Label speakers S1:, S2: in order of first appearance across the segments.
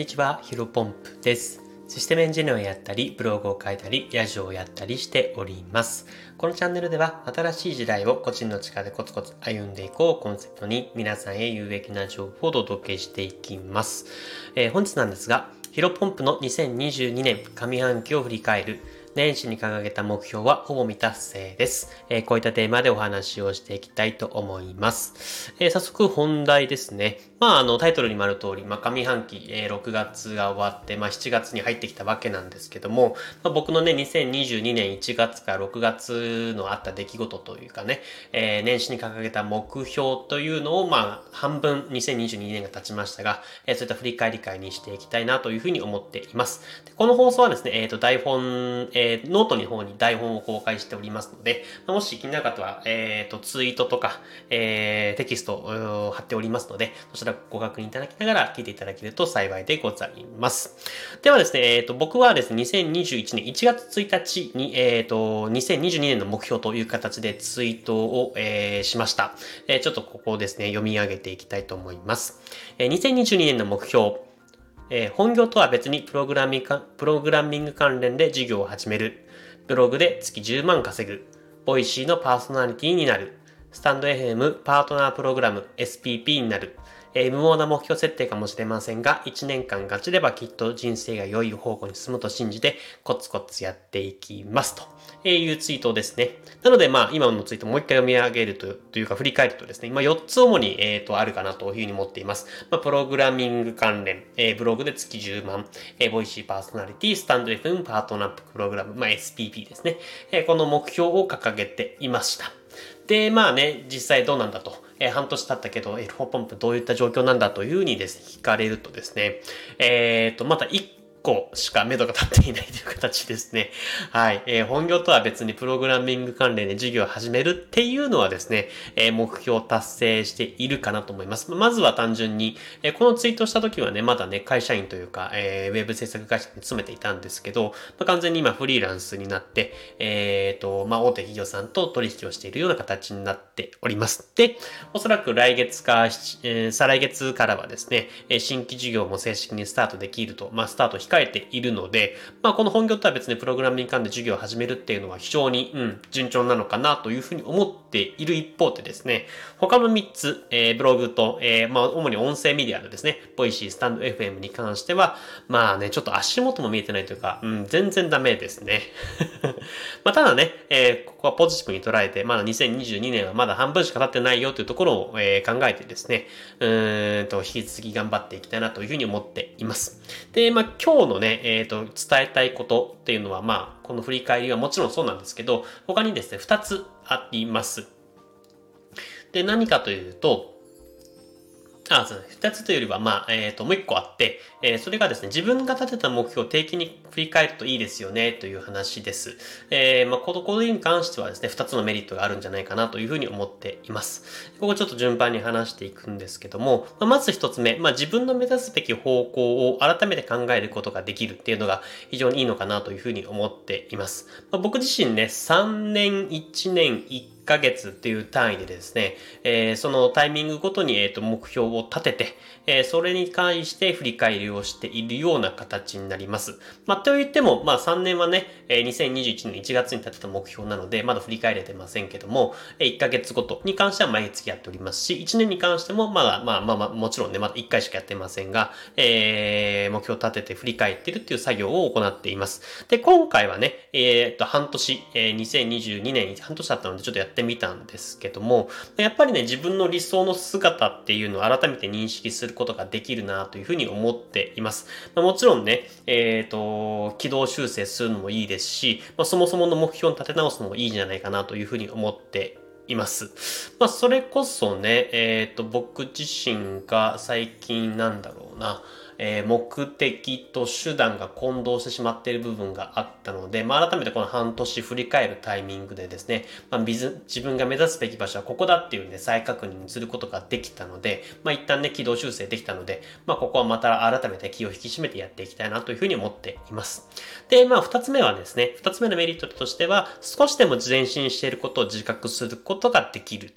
S1: にちは、ヒロポンプです。システムエンジニアをやったり、ブログを書いたり、ラジオをやったりしております。このチャンネルでは、新しい時代を個人の力でコツコツ歩んでいこうコンセプトに、皆さんへ有益な情報をお届けしていきます。本日なんですが、ヒロポンプの2022年上半期を振り返る、年始に掲げた目標はほぼ未達成です。こういったテーマでお話をしていきたいと思います。早速本題ですね。タイトルにもある通り、上半期、6月が終わって、7月に入ってきたわけなんですけども、僕のね、2022年1月から6月のあった出来事というかね、年始に掲げた目標というのを、半分2022年が経ちましたが、そういった振り返り会にしていきたいなというふうに思っています。でこの放送はですね、台本、ノートの方に台本を公開しておりますので、もし気になる方は、ツイートとか、テキストを貼っておりますので、そちらご確認いただきながら聞いていただけると幸いでございます。ではですね、僕はですね、2021年1月1日に、2022年の目標という形でツイートを、しました。ちょっとここをですね、読み上げていきたいと思います。2022年の目標、本業とは別にプログラミング関連で事業を始める。ブログで月10万稼ぐ。ボイシーのパーソナリティになる。スタンド FM パートナープログラム SPP になる。無謀な目標設定かもしれませんが、1年間ガチればきっと人生が良い方向に進むと信じてコツコツやっていきますというツイートですね。なので今のツイートもう一回読み上げるというか振り返るとですね、4つ主にあるかなというふうに思っています。プログラミング関連、ブログで月10万、ボイシーパーソナリティ、スタンド FM パートナープログラム、SPP ですね。この目標を掲げていました。で、実際どうなんだと。半年経ったけど、L4 ポンプどういった状況なんだというふうにですね、聞かれるとですね、また1個しか目処が立っていないという形ですね。はい。本業とは別にプログラミング関連で授業を始めるっていうのはですね、目標を達成しているかなと思います。まずは単純に、このツイートした時はね、まだね、会社員というか、ウェブ制作会社に勤めていたんですけど、完全に今フリーランスになって、大手企業さんと取引をしているような形になっております。で、おそらく来月か、再来月からはですね、新規事業も正式にスタートできると、スタート控えているので、この本業とは別にプログラミング関連で授業を始めるっていうのは非常に、順調なのかなというふうに思っている一方でですね、他の3つ、ブログと、主に音声メディアのですね、ボイシー、スタンド FM に関しては、ちょっと足元も見えてないというか、全然ダメですね。ただね、ここはポジティブに捉えて、まだ2022年はまだ半分しか経ってないよというところを、考えてですね、引き続き頑張っていきたいなというふうに思っています。で、今日のね、伝えたいことっていうのは、この振り返りはもちろんそうなんですけど、他にですね、2つあります。で、何かというと、二つというよりは、もう一個あって、それがですね、自分が立てた目標を定期に振り返るといいですよね、という話です。これに関してはですね、二つのメリットがあるんじゃないかなというふうに思っています。ここちょっと順番に話していくんですけども、まず一つ目、自分の目指すべき方向を改めて考えることができるっていうのが非常にいいのかなというふうに思っています。僕自身ね、3年、1年、1ヶ月っていう単位でですね、そのタイミングごとに、目標を立てて、それに関して振り返りをしているような形になります。と言っても、3年はね、2021年1月に立てた目標なので、まだ振り返れてませんけども、1ヶ月ごとに関しては毎月やっておりますし、1年に関しても、もちろんね、まだ1回しかやってませんが、目標を立てて振り返っているっていう作業を行っています。で、今回はね、半年、2022年半年だったのでちょっとやってみたんですけども、やっぱりね、自分の理想の姿っていうのを改めて認識することができるなというふうに思っています。もちろんね、軌道修正するのもいいですし、そもそもの目標に立て直すのもいいんじゃないかなというふうに思っています。それこそね、僕自身が最近目的と手段が混同してしまっている部分があったので、改めてこの半年振り返るタイミングでですね、自分が目指すべき場所はここだっていうね、再確認することができたので、一旦ね、軌道修正できたので、ここはまた改めて気を引き締めてやっていきたいなというふうに思っています。で、二つ目はですね、二つ目のメリットとしては、少しでも前進していることを自覚することができるといっ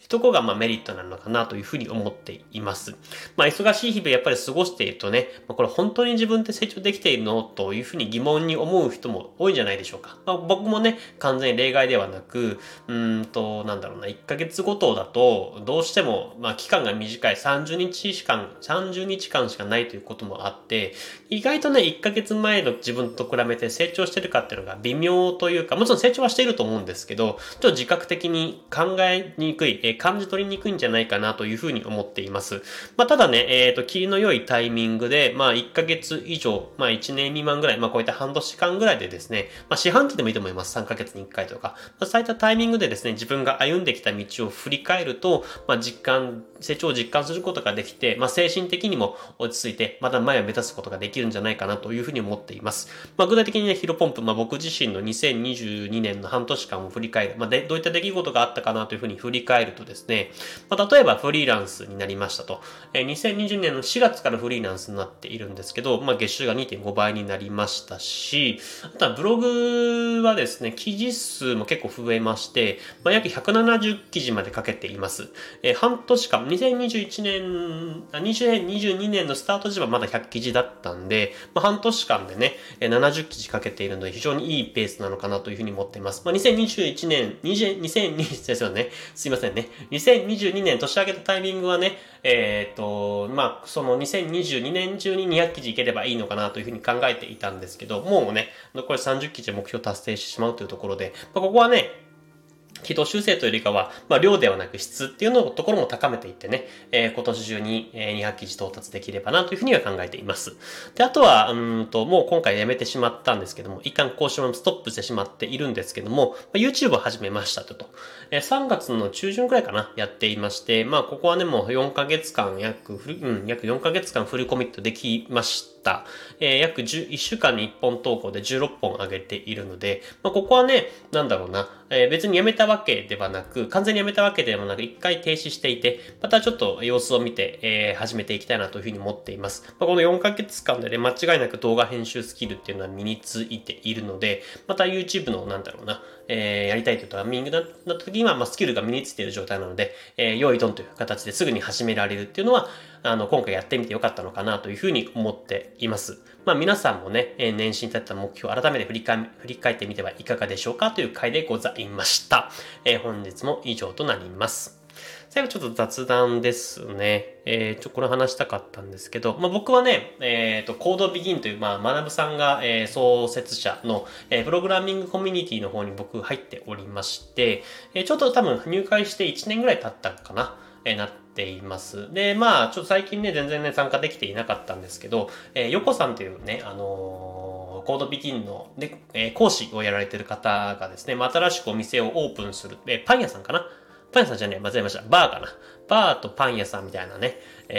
S1: ところがメリットなのかなというふうに思っています。忙しい日々やっぱり過ごしているとね、これ本当に自分って成長できているのというふうに疑問に思う人も多いんじゃないでしょうか。僕もね、完全に例外ではなく、1ヶ月ごとだと、どうしても、期間が短い30日間しかないということもあって、意外とね、1ヶ月前の自分と比べて成長してるかっていうのが微妙というか、もちろん成長はしていると思うんですけど、ちょっと自覚的に考えにくい、感じ取りにくいんじゃないかなというふうに思っています。ただね、切りの良いタイミングで、1ヶ月以上、1年未満ぐらい、こういった半年間ぐらいでですね、四半期でもいいと思います。3ヶ月に1回とか。そういったタイミングでですね、自分が歩んできた道を振り返ると、成長を実感することができて、精神的にも落ち着いて、また前を目指すことができるんじゃないかなというふうに思っています。具体的にね、ヒロポンプ、僕自身の2022年の半年間を振り返る、どういった出来事があったかなというふうに振り返るとですね、例えばフリーランスになりましたと。2020年の4月からフリーランスになっているんですけど、月収が 2.5 倍になりましたし、あとはブログはですね、記事数も結構増えまして、約170記事まで書けています。半年間、2022年のスタート時はまだ100記事だったんで、半年間でね、70記事書けているので非常にいいペースなのかなというふうに思っています。2021年、ですよね。すいませんね。2022年年明けたタイミングはね、その2022年中に200記事いければいいのかなというふうに考えていたんですけど、もうね、これ30記事目標達成してしまうというところで、ここはね、軌道修正というよりかは、量ではなく質っていうのところも高めていってね、今年中に200記事到達できればなというふうには考えています。で、あとは、もう今回やめてしまったんですけども、一旦更新をストップしてしまっているんですけども、YouTube を始めましたと。3月の中旬くらいかな、やっていまして、ここはね、もう4ヶ月間約4ヶ月間フルコミットできました。約1週間に1本投稿で16本上げているので、ここはね、別にやめたわけではなく、完全にやめたわけではなく、一回停止していて、またちょっと様子を見て、始めていきたいなというふうに思っています。この4ヶ月間でね、間違いなく動画編集スキルっていうのは身についているので、また YouTube のやりたいというタイミングだった時には、スキルが身についている状態なので、用意ドンという形ですぐに始められるっていうのは、今回やってみてよかったのかなというふうに思っています。皆さんもね、年始に立てた目標を改めて振り返ってみてはいかがでしょうかという回でございました。本日も以上となります。最後ちょっと雑談ですね。これ話したかったんですけど、僕はね、コードビギンという、学さんが、創設者の、プログラミングコミュニティの方に僕入っておりまして、ちょっと多分入会して1年ぐらい経ったかな、なっています。で、ちょっと最近ね、全然ね、参加できていなかったんですけど、横さんというね、コードビギンの、ね、講師をやられている方がですね、新しくお店をオープンする、パン屋さんかなパン屋さんじゃねえ、間違えました。バーかな。バーとパン屋さんみたいなね、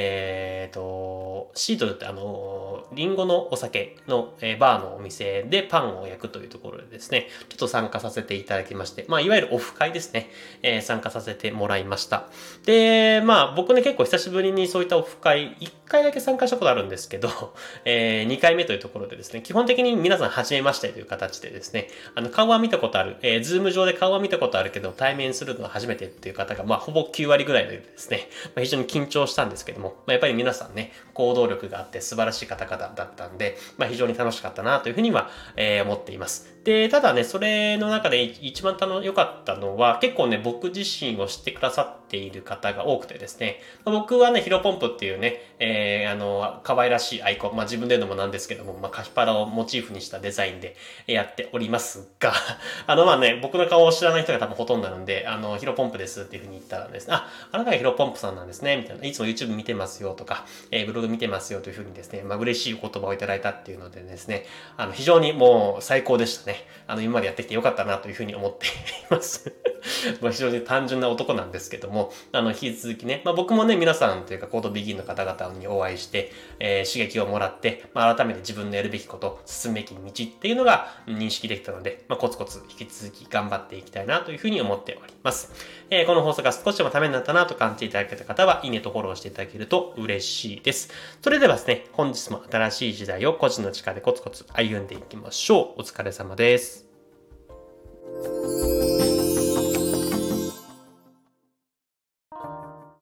S1: シートルってリンゴのお酒の、バーのお店でパンを焼くというところでですね、ちょっと参加させていただきまして、いわゆるオフ会ですね、参加させてもらいました。で、僕ね、結構久しぶりにそういったオフ会、1回だけ参加したことあるんですけど、2回目というところでですね、基本的に皆さん初めましてという形でですね、顔は見たことある、ズーム上で顔は見たことあるけど、対面するのは初めてっていう方が、ほぼ9割ぐらいでですね、非常に緊張したんですけども、やっぱり皆さんね、行動力があって素晴らしい方々だったんで、非常に楽しかったなというふうには、思っています。で、ただね、それの中で一番良かったのは、結構ね、僕自身を知ってくださっている方が多くてですね、僕はね、ヒロポンプっていうね、可愛らしいアイコン、自分で言うのもなんですけども、カピバラをモチーフにしたデザインでやっておりますが、僕の顔を知らない人が多分ほとんどなんで、ヒロポンプですっていうふうに言ったらですね、あなたがヒロポンプさんなんですね、みたいな、いつも YouTube 見てますよとか、ブログ見てますよというふうにですね、嬉しいお言葉をいただいたっていうのでですね、非常にもう最高でしたね。今までやってきてよかったなというふうに思っています。非常に単純な男なんですけども、引き続きね、僕もね、皆さんというかコードビギンの方々にお会いして、刺激をもらって、改めて自分のやるべきこと、進むべき道っていうのが認識できたので、コツコツ引き続き頑張っていきたいなというふうに思っております。この放送が少しでもためになったなと感じていただけた方は、いいねとフォローしていただけると嬉しいです。それではですね、本日も新しい時代を個人の力でコツコツ歩んでいきましょう。お疲れ様です。